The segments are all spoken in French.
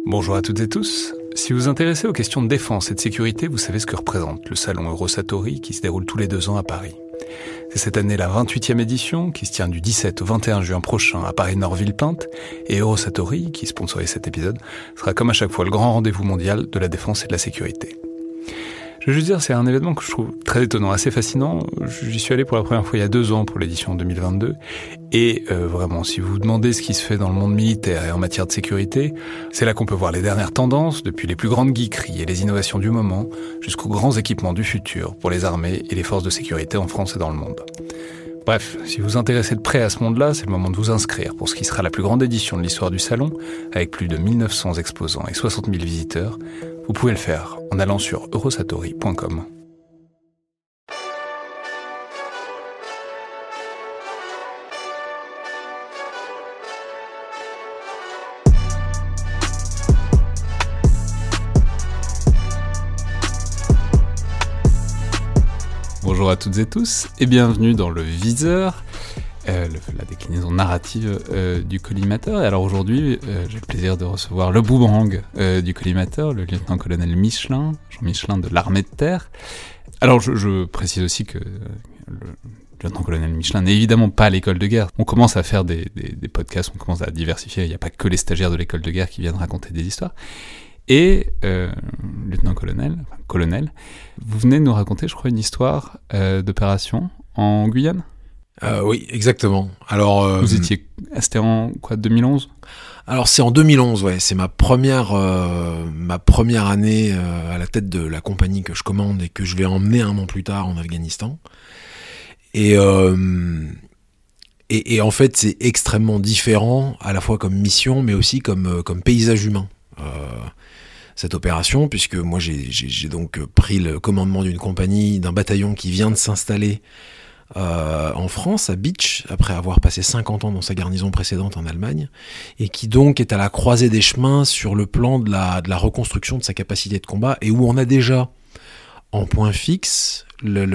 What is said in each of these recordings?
Bonjour à toutes et tous. Si vous vous intéressez aux questions de défense et de sécurité, vous savez ce que représente le salon Eurosatory qui se déroule tous les 2 ans à Paris. C'est cette année la 28e édition qui se tient du 17 au 21 juin prochain à Paris-Nord-Villepinte, et Eurosatory, qui sponsorise cet épisode, sera comme à chaque fois le grand rendez-vous mondial de la défense et de la sécurité. Je veux juste dire, c'est un événement que je trouve très étonnant, assez fascinant. J'y suis allé pour la première fois il y a 2 ans pour l'édition 2022. Et vraiment, si vous vous demandez ce qui se fait dans le monde militaire et en matière de sécurité, c'est là qu'on peut voir les dernières tendances, depuis les plus grandes geekeries et les innovations du moment, jusqu'aux grands équipements du futur pour les armées et les forces de sécurité en France et dans le monde. Bref, si vous vous intéressez de près à ce monde-là, c'est le moment de vous inscrire pour ce qui sera la plus grande édition de l'histoire du salon, avec plus de 1900 exposants et 60 000 visiteurs. Vous pouvez le faire en allant sur eurosatory.com. Bonjour à toutes et tous et bienvenue dans le Viseur, la déclinaison narrative du collimateur. Et alors aujourd'hui, j'ai le plaisir de recevoir le boomerang du collimateur, le lieutenant-colonel Michelin, Jean Michelin de l'armée de terre. Alors je précise aussi que le lieutenant-colonel Michelin n'est évidemment pas à l'école de guerre. On commence à faire des podcasts, on commence à diversifier, il n'y a pas que les stagiaires de l'école de guerre qui viennent raconter des histoires. Et, lieutenant-colonel, colonel, vous venez de nous raconter, je crois, une histoire d'opération en Guyane ? Oui, exactement. Alors, vous étiez... C'était en quoi, 2011 ? Alors, c'est en 2011, ouais. C'est ma première année à la tête de la compagnie que je commande et que je vais emmener 1 an plus tard en Afghanistan. Et en fait, c'est extrêmement différent, à la fois comme mission, mais aussi comme paysage humain. Cette opération, puisque moi j'ai donc pris le commandement d'une compagnie, d'un bataillon qui vient de s'installer en France, à Bitche, après avoir passé 50 ans dans sa garnison précédente en Allemagne, et qui donc est à la croisée des chemins sur le plan de la reconstruction de sa capacité de combat, et où on a déjà en point fixe le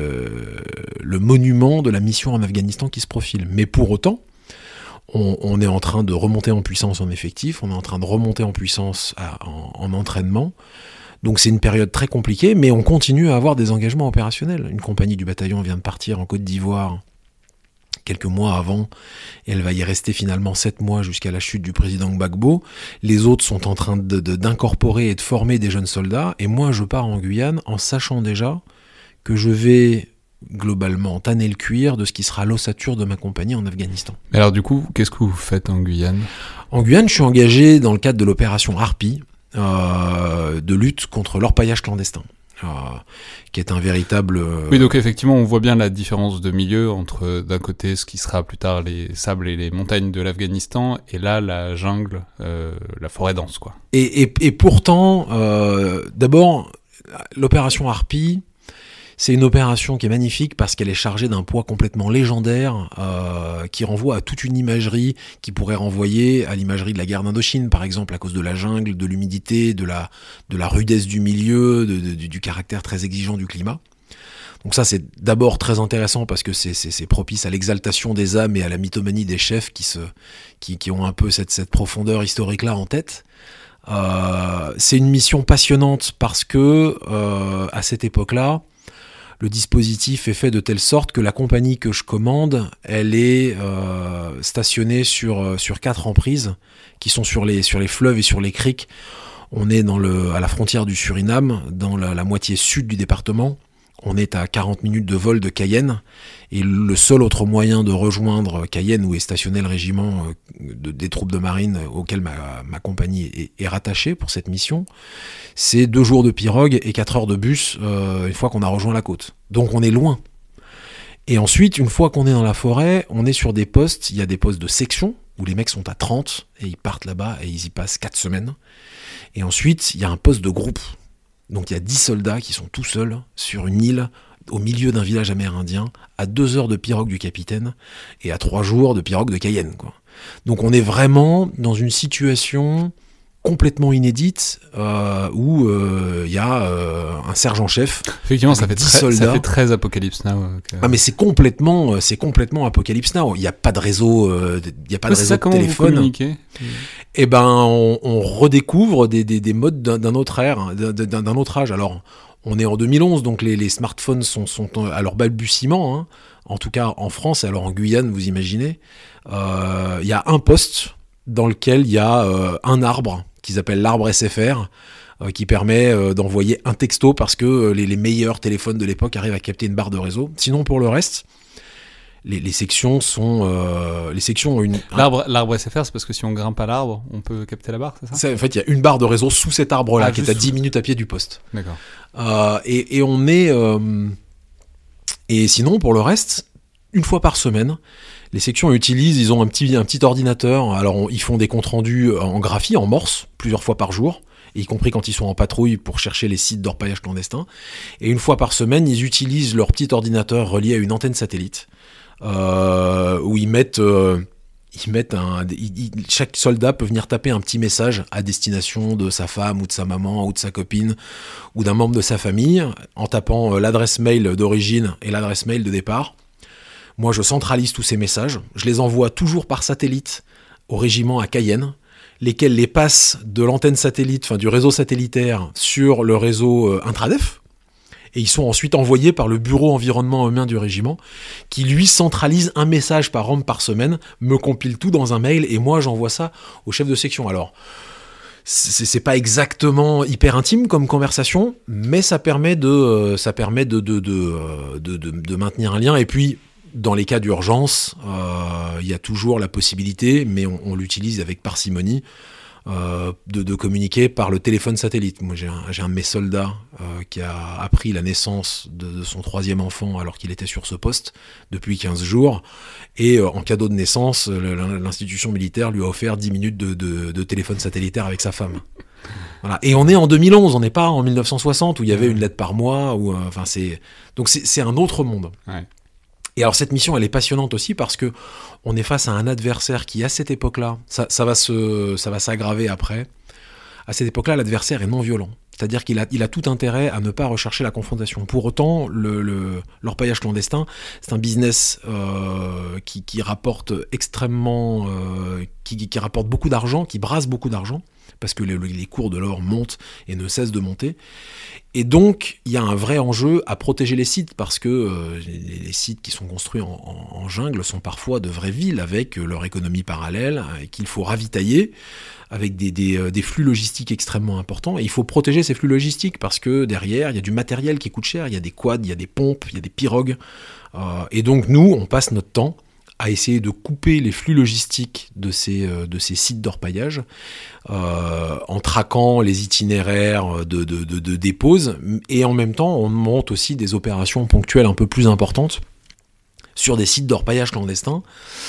monument de la mission en Afghanistan qui se profile. Mais pour autant, on est en train de remonter en puissance en effectif, on est en train de remonter en puissance en entraînement. Donc c'est une période très compliquée, mais on continue à avoir des engagements opérationnels. Une compagnie du bataillon vient de partir en Côte d'Ivoire quelques mois avant, et elle va y rester finalement 7 mois jusqu'à la chute du président Gbagbo. Les autres sont en train d'incorporer et de former des jeunes soldats, et moi je pars en Guyane en sachant déjà que je vais globalement tanner le cuir de ce qui sera l'ossature de ma compagnie en Afghanistan. Alors du coup, qu'est-ce que vous faites en Guyane ? En Guyane, je suis engagé dans le cadre de l'opération Harpie, de lutte contre l'orpaillage clandestin, qui est un véritable... Oui, donc effectivement, on voit bien la différence de milieu entre, d'un côté, ce qui sera plus tard les sables et les montagnes de l'Afghanistan, et là, la jungle, la forêt dense, quoi. Et pourtant, d'abord, l'opération Harpie, c'est une opération qui est magnifique parce qu'elle est chargée d'un poids complètement légendaire qui renvoie à toute une imagerie qui pourrait renvoyer à l'imagerie de la guerre d'Indochine, par exemple, à cause de la jungle, de l'humidité, de la rudesse du milieu, du caractère très exigeant du climat. Donc ça, c'est d'abord très intéressant parce que c'est propice à l'exaltation des âmes et à la mythomanie des chefs qui ont un peu cette profondeur historique-là en tête. C'est une mission passionnante parce que, à cette époque-là, le dispositif est fait de telle sorte que la compagnie que je commande, elle est stationnée sur 4 emprises qui sont sur les fleuves et sur les criques. On est à la frontière du Suriname, dans la moitié sud du département. On est à 40 minutes de vol de Cayenne, et le seul autre moyen de rejoindre Cayenne, où est stationné le régiment des troupes de marine auquel ma compagnie est rattachée pour cette mission, c'est 2 jours de pirogue et 4 heures de bus une fois qu'on a rejoint la côte. Donc on est loin. Et ensuite, une fois qu'on est dans la forêt, on est sur des postes, il y a des postes de section, où les mecs sont à 30, et ils partent là-bas, et ils y passent 4 semaines. Et ensuite, il y a un poste de groupe. Donc il y a 10 soldats qui sont tout seuls sur une île au milieu d'un village amérindien, à 2 heures de pirogue du capitaine et à 3 jours de pirogue de Cayenne, quoi. Donc on est vraiment dans une situation complètement inédite où il y a un sergent-chef. Effectivement, ça fait très Apocalypse Now. Ah mais c'est complètement Apocalypse Now. Il n'y a pas de réseau, il y a pas de réseau de téléphone. eh ben, on redécouvre des modes d'un autre ère, d'un autre âge. Alors, on est en 2011, donc les smartphones sont à leur balbutiement, hein. En tout cas en France, et alors en Guyane, vous imaginez. Il y a un poste dans lequel il y a un arbre qu'ils appellent l'arbre SFR, qui permet d'envoyer un texto parce que les meilleurs téléphones de l'époque arrivent à capter une barre de réseau. Sinon, pour le reste, les sections sont... les sections ont une... L'arbre SFR, c'est parce que si on grimpe à l'arbre, on peut capter la barre, c'est ça ? En fait, il y a une barre de réseau sous cet arbre-là, qui est à 10 minutes à pied du poste. D'accord. Et on est... et sinon, pour le reste, une fois par semaine, les sections utilisent, ils ont un petit ordinateur. Alors, ils font des comptes rendus en graphie, en morse, plusieurs fois par jour, y compris quand ils sont en patrouille pour chercher les sites d'orpaillage clandestin. Et une fois par semaine, ils utilisent leur petit ordinateur relié à une antenne satellite, où ils mettent chaque soldat peut venir taper un petit message à destination de sa femme ou de sa maman ou de sa copine ou d'un membre de sa famille en tapant l'adresse mail d'origine et l'adresse mail de départ. Moi, je centralise tous ces messages. Je les envoie toujours par satellite au régiment à Cayenne, lesquels les passent de l'antenne satellite, enfin du réseau satellitaire sur le réseau intradef. Et ils sont ensuite envoyés par le bureau environnement humain du régiment, qui lui centralise un message par homme par semaine, me compile tout dans un mail, et moi j'envoie ça au chef de section. Alors, c'est pas exactement hyper intime comme conversation, mais ça permet de maintenir un lien. Et puis, dans les cas d'urgence, il y a toujours la possibilité, mais on l'utilise avec parcimonie, de communiquer par le téléphone satellite. Moi, j'ai un de mes soldats qui a appris la naissance de son 3e enfant alors qu'il était sur ce poste depuis 15 jours. Et en cadeau de naissance, l'institution militaire lui a offert 10 minutes de téléphone satellitaire avec sa femme. Voilà. Et on est en 2011, on n'est pas en 1960 où il y avait une lettre par mois. Donc c'est un autre monde. Ouais. Et alors cette mission, elle est passionnante aussi parce que on est face à un adversaire qui, à cette époque-là, ça va s'aggraver après. À cette époque-là, l'adversaire est non violent. C'est-à-dire qu'il a tout intérêt à ne pas rechercher la confrontation. Pour autant, l'orpaillage clandestin, c'est un business qui rapporte extrêmement, qui rapporte beaucoup d'argent, qui brasse beaucoup d'argent, parce que les cours de l'or montent et ne cessent de monter. Et donc, il y a un vrai enjeu à protéger les sites, parce que les sites qui sont construits en jungle sont parfois de vraies villes, avec leur économie parallèle, qu'il faut ravitailler, avec des flux logistiques extrêmement importants. Et il faut protéger ces flux logistiques, parce que derrière, il y a du matériel qui coûte cher, il y a des quads, il y a des pompes, il y a des pirogues. Et donc, nous, on passe notre temps à essayer de couper les flux logistiques de ces sites d'orpaillage, en traquant les itinéraires de dépose, et en même temps, on monte aussi des opérations ponctuelles un peu plus importantes sur des sites d'orpaillage clandestins,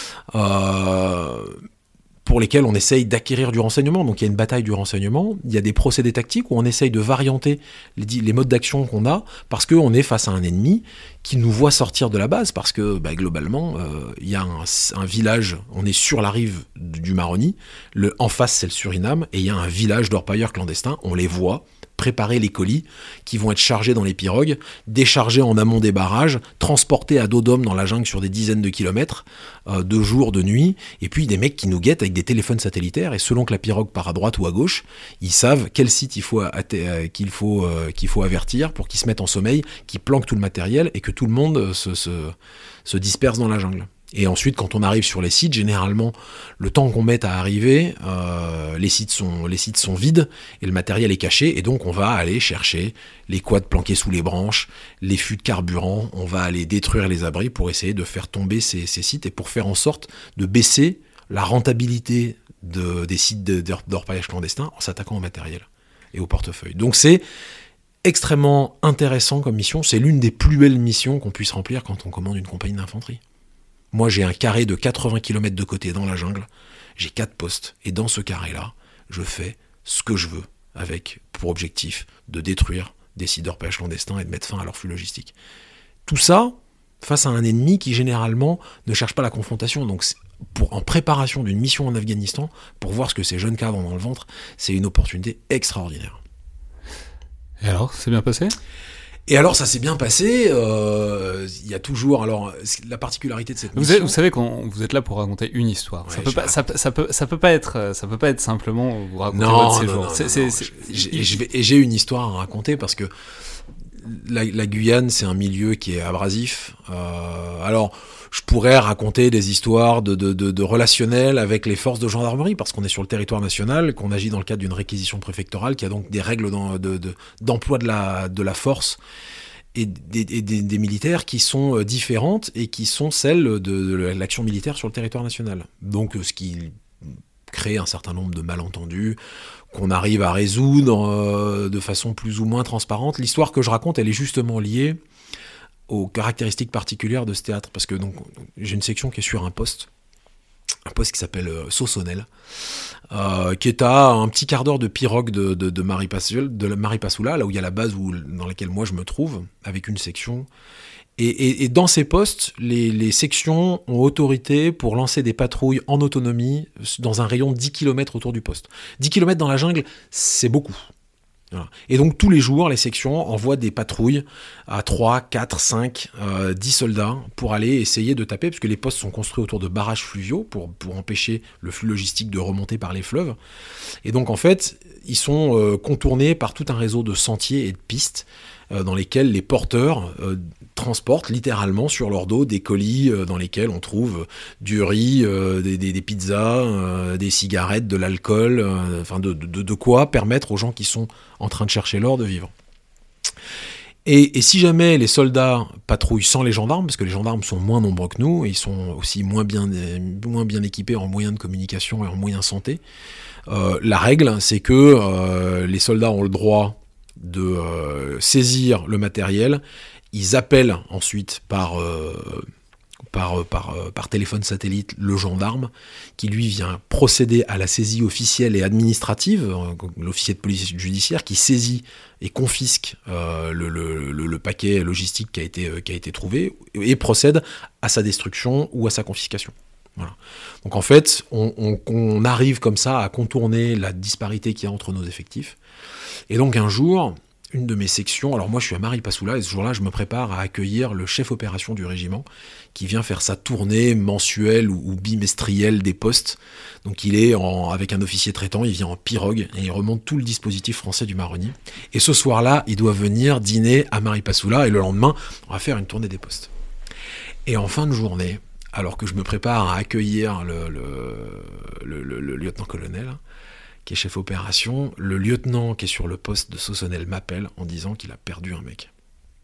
pour lesquels on essaye d'acquérir du renseignement. Donc il y a une bataille du renseignement, il y a des procédés tactiques où on essaye de varianter les modes d'action qu'on a, parce qu'on est face à un ennemi qui nous voit sortir de la base, parce que globalement, il y a un village, on est sur la rive du Maroni, en face c'est le Suriname, et il y a un village d'orpailleurs clandestins, on les voit préparer les colis qui vont être chargés dans les pirogues, déchargés en amont des barrages, transportés à dos d'homme dans la jungle sur des dizaines de kilomètres, de jour, de nuit, et puis des mecs qui nous guettent avec des téléphones satellitaires, et selon que la pirogue part à droite ou à gauche, ils savent quel site qu'il faut avertir pour qu'ils se mettent en sommeil, qu'ils planquent tout le matériel et que tout le monde se disperse dans la jungle. Et ensuite, quand on arrive sur les sites, généralement, le temps qu'on met à arriver, les sites sont vides et le matériel est caché. Et donc, on va aller chercher les quads planqués sous les branches, les fûts de carburant. On va aller détruire les abris pour essayer de faire tomber ces sites et pour faire en sorte de baisser la rentabilité des sites d'orpaillage clandestin en s'attaquant au matériel et au portefeuille. Donc, c'est extrêmement intéressant comme mission. C'est l'une des plus belles missions qu'on puisse remplir quand on commande une compagnie d'infanterie. Moi, j'ai un carré de 80 km de côté dans la jungle, j'ai 4 postes, et dans ce carré-là, je fais ce que je veux, avec pour objectif de détruire des sites d'orpaillage clandestin et de mettre fin à leur flux logistique. Tout ça, face à un ennemi qui, généralement, ne cherche pas la confrontation. Donc, en préparation d'une mission en Afghanistan, pour voir ce que ces jeunes cadres ont dans le ventre, c'est une opportunité extraordinaire. Et alors, c'est bien passé ? Et alors ça s'est bien passé. Il y a toujours alors la particularité de cette mission. Vous savez vous êtes là pour raconter une histoire. Ouais, ça peut pas être simplement vous raconter votre séjour. J'ai une histoire à raconter parce que la Guyane c'est un milieu qui est abrasif. Alors je pourrais raconter des histoires de relationnel avec les forces de gendarmerie parce qu'on est sur le territoire national, qu'on agit dans le cadre d'une réquisition préfectorale, qui a donc des règles d'emploi de la force et des militaires qui sont différentes et qui sont celles de l'action militaire sur le territoire national. Donc ce qui crée un certain nombre de malentendus qu'on arrive à résoudre de façon plus ou moins transparente. L'histoire que je raconte, elle est justement liée aux caractéristiques particulières de ce théâtre, parce que donc j'ai une section qui est sur un poste qui s'appelle Sossonel, qui est à un petit quart d'heure de pirogue de Maripasoula, là où il y a la base dans laquelle moi je me trouve, avec une section. Et dans ces postes, les sections ont autorité pour lancer des patrouilles en autonomie dans un rayon de 10 km autour du poste. 10 km dans la jungle, c'est beaucoup. Voilà. Et donc tous les jours, les sections envoient des patrouilles à 3, 4, 5, 10 soldats pour aller essayer de taper, puisque les postes sont construits autour de barrages fluviaux pour empêcher le flux logistique de remonter par les fleuves. Et donc en fait, ils sont contournés par tout un réseau de sentiers et de pistes dans lesquels les porteurs transportent littéralement sur leur dos des colis dans lesquels on trouve du riz, des pizzas, des cigarettes, de l'alcool, enfin de quoi permettre aux gens qui sont en train de chercher l'or de vivre. Et si jamais les soldats patrouillent sans les gendarmes, parce que les gendarmes sont moins nombreux que nous, et ils sont aussi moins bien équipés en moyens de communication et en moyens santé, la règle, c'est que les soldats ont le droit de saisir le matériel. Ils appellent ensuite par téléphone satellite le gendarme, qui lui vient procéder à la saisie officielle et administrative, l'officier de police judiciaire qui saisit et confisque le paquet logistique qui a été trouvé et procède à sa destruction ou à sa confiscation. Voilà. Donc en fait, on arrive comme ça à contourner la disparité qu'il y a entre nos effectifs. Et donc un jour, une de mes sections, alors moi je suis à Maripasoula et ce jour-là je me prépare à accueillir le chef opération du régiment qui vient faire sa tournée mensuelle ou bimestrielle des postes. Donc il est avec un officier traitant, il vient en pirogue et il remonte tout le dispositif français du Maroni. Et ce soir-là, il doit venir dîner à Maripasoula et le lendemain, on va faire une tournée des postes. Et en fin de journée, alors que je me prépare à accueillir le lieutenant-colonel, qui est chef opération, le lieutenant qui est sur le poste de Sossonel m'appelle en disant qu'il a perdu un mec.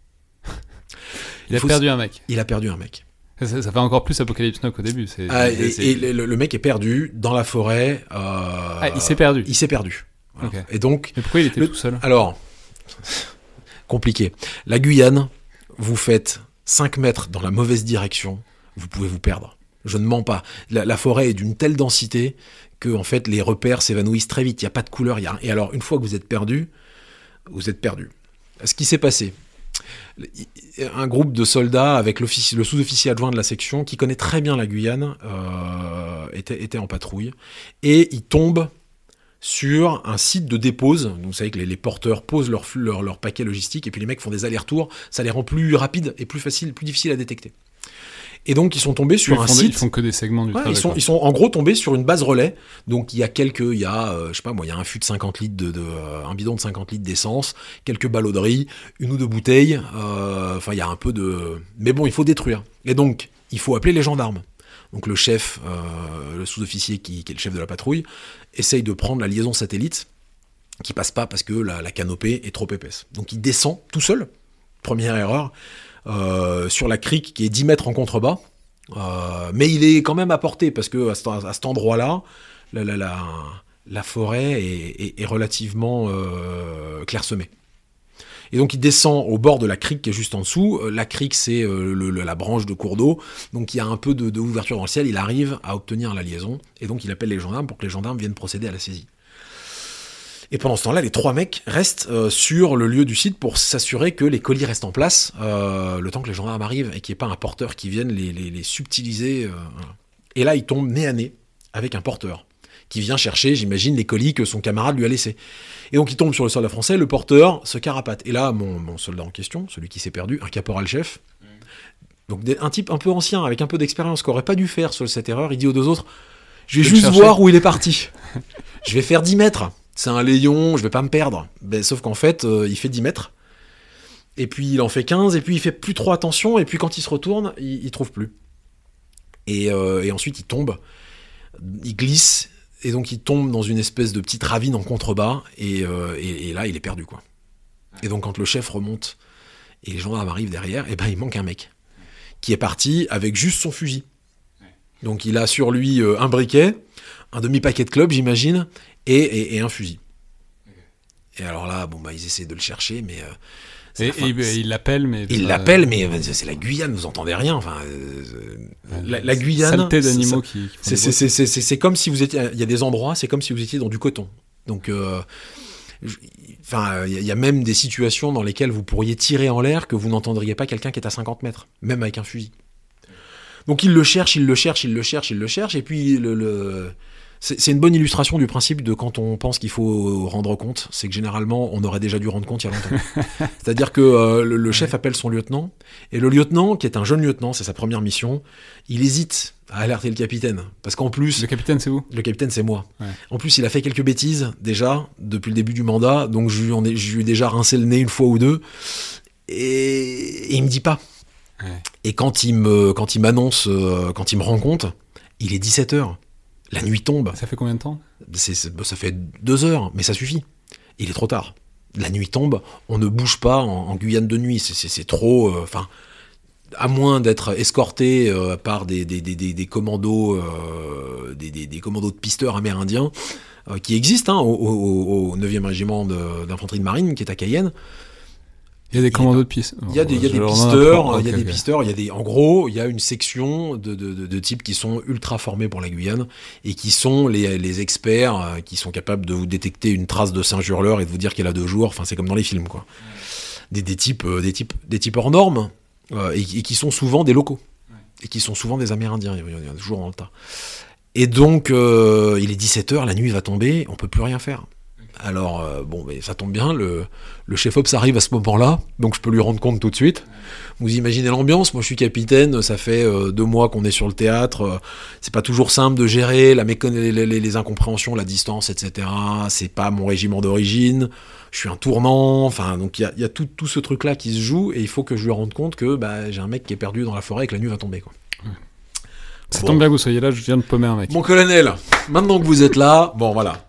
Il a perdu un mec. Il a perdu un mec. Ça fait encore plus Apocalypse Now qu'au début. Le mec est perdu dans la forêt. Il s'est perdu. Il s'est perdu. Voilà. Okay. Et donc, mais pourquoi il était tout seul ? Alors, compliqué. La Guyane, vous faites 5 mètres dans la mauvaise direction, vous pouvez vous perdre. Je ne mens pas. La forêt est d'une telle densité que en fait, les repères s'évanouissent très vite. Il n'y a pas de couleur. Et alors, une fois que vous êtes perdu, vous êtes perdu. Ce qui s'est passé, un groupe de soldats avec le sous-officier adjoint de la section, qui connaît très bien la Guyane, était en patrouille. Et il tombe sur un site de dépose. Donc, vous savez que les porteurs posent leur paquet logistique et puis les mecs font des allers-retours. Ça les rend plus rapides et plus difficiles à détecter. Et donc ils sont tombés sur un site. Ils font que des segments du trajet. Ils sont en gros tombés sur une base relais. Donc il y a un fût de 50 litres un bidon de 50 litres d'essence, quelques ballots de riz, une ou deux bouteilles. Il y a un peu de. Mais bon, il faut détruire. Et donc il faut appeler les gendarmes. Donc le chef, le sous-officier qui est le chef de la patrouille, essaye de prendre la liaison satellite, qui passe pas parce que la canopée est trop épaisse. Donc il descend tout seul. Première erreur. Sur la crique qui est 10 mètres en contrebas, mais il est quand même à portée parce que à cet endroit-là, la forêt est relativement clairsemée. Et donc il descend au bord de la crique qui est juste en dessous. La crique, c'est la branche de cours d'eau, donc il y a un peu de ouverture dans le ciel. Il arrive à obtenir la liaison et donc il appelle les gendarmes pour que les gendarmes viennent procéder à la saisie. Et pendant ce temps-là, les 3 mecs restent sur le lieu du site pour s'assurer que les colis restent en place le temps que les gendarmes arrivent et qu'il n'y ait pas un porteur qui vienne les subtiliser. Et là, ils tombent nez à nez avec un porteur qui vient chercher, j'imagine, les colis que son camarade lui a laissés. Et donc il tombe sur le soldat français, le porteur se carapate. Et là, mon soldat en question, celui qui s'est perdu, un caporal-chef, donc un type un peu ancien, avec un peu d'expérience, qui aurait pas dû faire cette erreur, il dit aux deux autres, je vais juste voir où il est parti. Je vais faire 10 mètres. C'est un Léon, je vais pas me perdre. Sauf qu'en fait, il fait 10 mètres. Et puis il en fait 15, et puis il fait plus trop attention, et puis quand il se retourne, il trouve plus. Et ensuite il tombe, il glisse, et donc il tombe dans une espèce de petite ravine en contrebas, et là il est perdu, quoi. Et donc quand le chef remonte, et les gendarmes arrivent derrière, et il manque un mec, qui est parti avec juste son fusil. Donc il a sur lui un briquet, un demi-paquet de clopes, j'imagine, et un fusil. Et alors là, ils essaient de le chercher, mais... il l'appelle, mais... Il l'appelle, mais c'est la Guyane, vous entendez rien. Enfin, la Guyane... Saleté d'animaux qui c'est comme si vous étiez... Il y a des endroits, c'est comme si vous étiez dans du coton. Donc... il y a même des situations dans lesquelles vous pourriez tirer en l'air que vous n'entendriez pas quelqu'un qui est à 50 mètres, même avec un fusil. Donc il le cherche, et puis c'est une bonne illustration du principe de quand on pense qu'il faut rendre compte, c'est que généralement on aurait déjà dû rendre compte il y a longtemps. C'est-à-dire que le chef appelle son lieutenant, et le lieutenant, qui est un jeune lieutenant, c'est sa première mission, il hésite à alerter le capitaine, parce qu'en plus... Le capitaine, c'est vous ? Le capitaine, c'est moi. Ouais. En plus, il a fait quelques bêtises, déjà, depuis le début du mandat, donc je lui ai déjà rincé le nez une fois ou deux, et il me dit pas. Ouais. Et quand il m'annonce, quand il me rend compte, il est 17h. La nuit tombe. Ça fait combien de temps ? Ça fait 2 heures, mais ça suffit. Il est trop tard. La nuit tombe, on ne bouge pas en Guyane de nuit. C'est trop... à moins d'être escorté par des commandos, des commandos de pisteurs amérindiens qui existent au 9e régiment d'infanterie de marine qui est à Cayenne. Il y a des commandos de pisteurs. Il y a des pisteurs, en gros, il y a une section de types qui sont ultra formés pour la Guyane et qui sont les experts qui sont capables de vous détecter une trace de singe hurleur et de vous dire qu'elle a 2 jours. Enfin, c'est comme dans les films, quoi. Des types hors normes et qui sont souvent des locaux et qui sont souvent des Amérindiens. Il y en a toujours dans le tas. Et donc, il est 17h, la nuit va tomber, on peut plus rien faire. Alors, mais ça tombe bien, le chef-ops arrive à ce moment-là, donc je peux lui rendre compte tout de suite. Vous imaginez l'ambiance, moi je suis capitaine, ça fait 2 mois qu'on est sur le théâtre, c'est pas toujours simple de gérer les incompréhensions, la distance, etc. C'est pas mon régiment d'origine, je suis un tournant, enfin, donc il y a tout ce truc-là qui se joue, et il faut que je lui rende compte que j'ai un mec qui est perdu dans la forêt et que la nuit va tomber, quoi. Ça tombe bien que vous soyez là, je viens de paumer un mec. Mon colonel, maintenant que vous êtes là, bon voilà.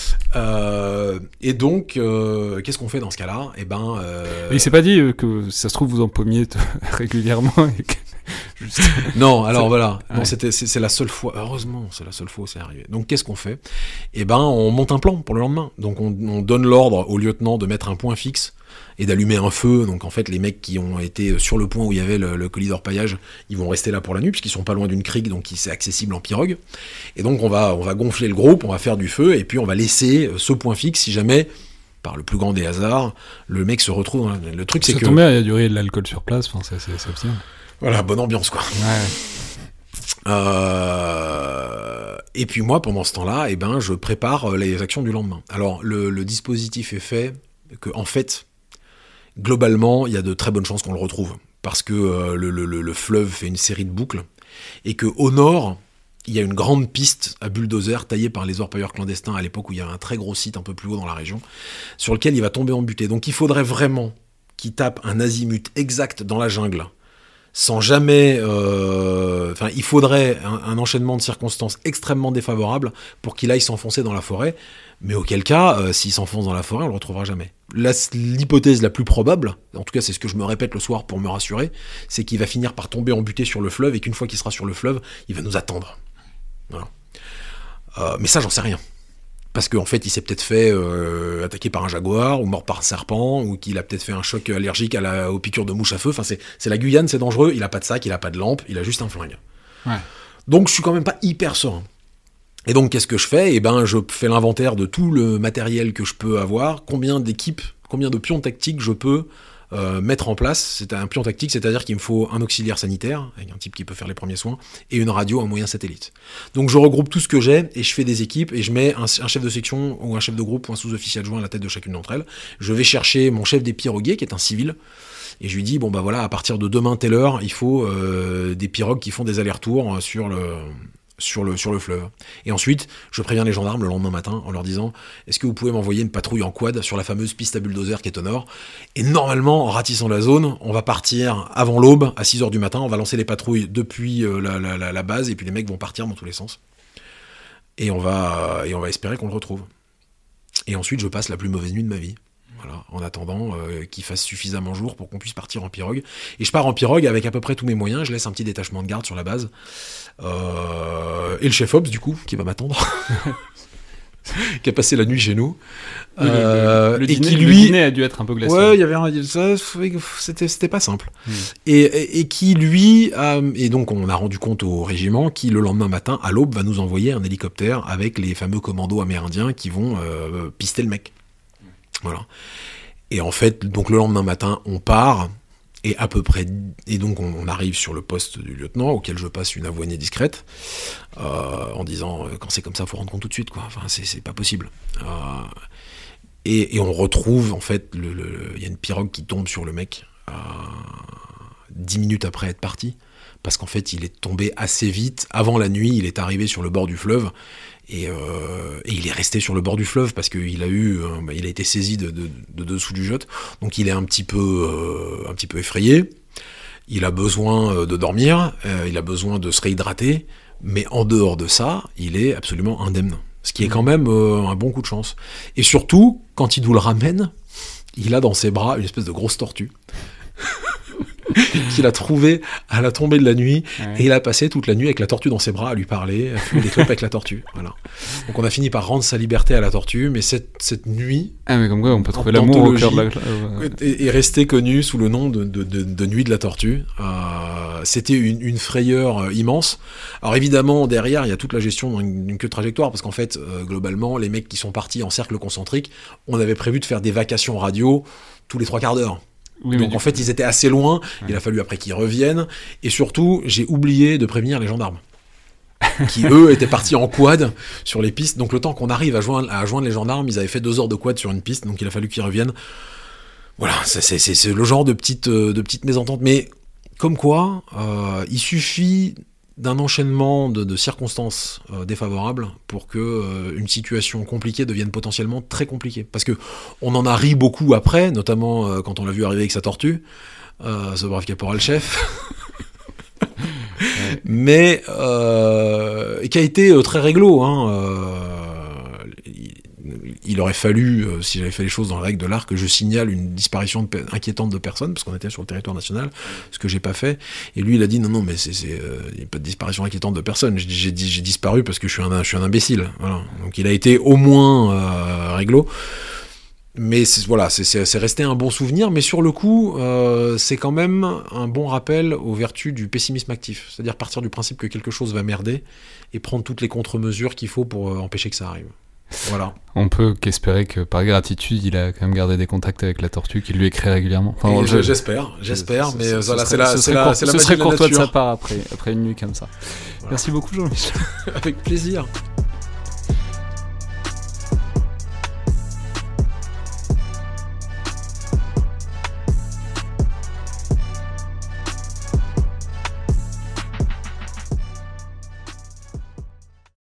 Et donc, qu'est-ce qu'on fait dans ce cas-là ? Il s'est pas dit que ça se trouve vous en paumiez régulièrement et que... Juste... Non, alors voilà. Ouais. Non, c'est la seule fois. Heureusement, c'est la seule fois où c'est arrivé. Donc, qu'est-ce qu'on fait ? On monte un plan pour le lendemain. Donc, on donne l'ordre au lieutenant de mettre un point fixe et d'allumer un feu. Donc en fait, les mecs qui ont été sur le point où il y avait le colis d'orpaillage, ils vont rester là pour la nuit, puisqu'ils sont pas loin d'une crique, donc c'est accessible en pirogue. Et donc on va gonfler le groupe, on va faire du feu, et puis on va laisser ce point fixe si jamais, par le plus grand des hasards, le mec se retrouve dans le truc, c'est que... Ça tombe bien, il y a du riz et de l'alcool sur place, enfin, c'est optimal. Voilà, bonne ambiance, quoi. Ouais. Et puis moi, pendant ce temps-là, je prépare les actions du lendemain. Alors, le dispositif est fait que, en fait, globalement, il y a de très bonnes chances qu'on le retrouve, parce que le fleuve fait une série de boucles, et qu'au nord, il y a une grande piste à bulldozer taillée par les orpailleurs clandestins à l'époque où il y avait un très gros site un peu plus haut dans la région, sur lequel il va tomber en butée. Donc il faudrait vraiment qu'il tape un azimut exact dans la jungle, sans jamais... il faudrait un enchaînement de circonstances extrêmement défavorables pour qu'il aille s'enfoncer dans la forêt, mais auquel cas, s'il s'enfonce dans la forêt, on le retrouvera jamais. L'hypothèse la plus probable, en tout cas c'est ce que je me répète le soir pour me rassurer, c'est qu'il va finir par tomber en butée sur le fleuve, et qu'une fois qu'il sera sur le fleuve, il va nous attendre. Voilà. Mais ça, j'en sais rien. Parce qu'en fait, il s'est peut-être fait attaquer par un jaguar, ou mort par un serpent, ou qu'il a peut-être fait un choc allergique aux piqûres de mouches à feu. Enfin, c'est la Guyane, c'est dangereux, il a pas de sac, il a pas de lampe, il a juste un flingue. Ouais. Donc je suis quand même pas hyper serein. Et donc qu'est-ce que je fais ? Je fais l'inventaire de tout le matériel que je peux avoir, combien d'équipes, combien de pions tactiques je peux mettre en place. C'est un plan tactique, c'est-à-dire qu'il me faut un auxiliaire sanitaire, avec un type qui peut faire les premiers soins, et une radio, un moyen satellite. Donc je regroupe tout ce que j'ai, et je fais des équipes, et je mets un chef de section, ou un chef de groupe, ou un sous-officier adjoint à la tête de chacune d'entre elles. Je vais chercher mon chef des piroguiers, qui est un civil, et je lui dis, bon bah voilà, à partir de demain, telle heure, il faut des pirogues qui font des allers-retours sur le fleuve. Et ensuite, je préviens les gendarmes le lendemain matin en leur disant, est-ce que vous pouvez m'envoyer une patrouille en quad sur la fameuse piste à bulldozer qui est au nord? Et normalement, en ratissant la zone, on va partir avant l'aube, à 6h du matin, on va lancer les patrouilles depuis la base, et puis les mecs vont partir dans tous les sens. Et on va espérer qu'on le retrouve. Et ensuite, je passe la plus mauvaise nuit de ma vie. Voilà, en attendant qu'il fasse suffisamment jour pour qu'on puisse partir en pirogue. Et je pars en pirogue avec à peu près tous mes moyens. Je laisse un petit détachement de garde sur la base. Et le chef Ops, du coup, qui va m'attendre. Qui a passé la nuit chez nous. Le dîner a dû être un peu glacé. Ouais, il y avait c'était pas simple. Et qui, lui, et donc on a rendu compte au régiment, qui le lendemain matin, à l'aube, va nous envoyer un hélicoptère avec les fameux commandos amérindiens qui vont pister le mec. Voilà. Et en fait, donc le lendemain matin, on part, et donc on arrive sur le poste du lieutenant, auquel je passe une avoinée discrète, en disant, quand c'est comme ça, faut rendre compte tout de suite, quoi. Enfin, c'est pas possible. Et on retrouve, en fait, il y a une pirogue qui tombe sur le mec, 10 minutes après être parti, parce qu'en fait, il est tombé assez vite. Avant la nuit, il est arrivé sur le bord du fleuve, et il est resté sur le bord du fleuve parce qu'il a été saisi de dessous du jote, donc il est un petit peu effrayé. Il a besoin de dormir, il a besoin de se réhydrater, mais en dehors de ça, il est absolument indemne. Ce qui est quand même un bon coup de chance. Et surtout, quand il nous le ramène, il a dans ses bras une espèce de grosse tortue. Qu'il a trouvé à la tombée de la nuit, et il a passé toute la nuit avec la tortue dans ses bras à lui parler, à fumer des clopes avec la tortue. Voilà. Donc on a fini par rendre sa liberté à la tortue, mais cette nuit, mais comme quoi on peut trouver l'amour au cœur de la est restée connue sous le nom de nuit de la tortue. C'était une frayeur immense. Alors évidemment, derrière, il y a toute la gestion d'une queue de trajectoire, parce qu'en fait, globalement, les mecs qui sont partis en cercle concentrique, on avait prévu de faire des vacations radio tous les 3 quarts d'heure. Oui, donc en fait, ils étaient assez loin, il a fallu après qu'ils reviennent, et surtout, j'ai oublié de prévenir les gendarmes, qui eux étaient partis en quad sur les pistes, donc le temps qu'on arrive à joindre les gendarmes, ils avaient fait 2 heures de quad sur une piste, donc il a fallu qu'ils reviennent. Voilà, c'est le genre de petite mésentente, mais comme quoi, il suffit d'un enchaînement de circonstances défavorables pour que une situation compliquée devienne potentiellement très compliquée. Parce que on en a ri beaucoup après, notamment quand on l'a vu arriver avec sa tortue, ce brave caporal-chef, mais qui a été très réglo. Il aurait fallu, si j'avais fait les choses dans la règle de l'art, que je signale une disparition inquiétante de personnes, parce qu'on était sur le territoire national, ce que j'ai pas fait. Et lui, il a dit non, mais il n'y a pas de disparition inquiétante de personnes. J'ai disparu parce que je suis un imbécile. Voilà. Donc il a été au moins réglo. Mais c'est resté un bon souvenir, mais sur le coup, c'est quand même un bon rappel aux vertus du pessimisme actif. C'est-à-dire partir du principe que quelque chose va merder et prendre toutes les contre-mesures qu'il faut pour empêcher que ça arrive. Voilà. On peut qu'espérer que par gratitude, il a quand même gardé des contacts avec la tortue, qu'il lui écrit régulièrement. Enfin, j'espère, mais voilà, c'est la magie de la nature. Ce serait courtois de sa part après une nuit comme ça. Voilà. Merci beaucoup, Jean-Michel. Avec plaisir.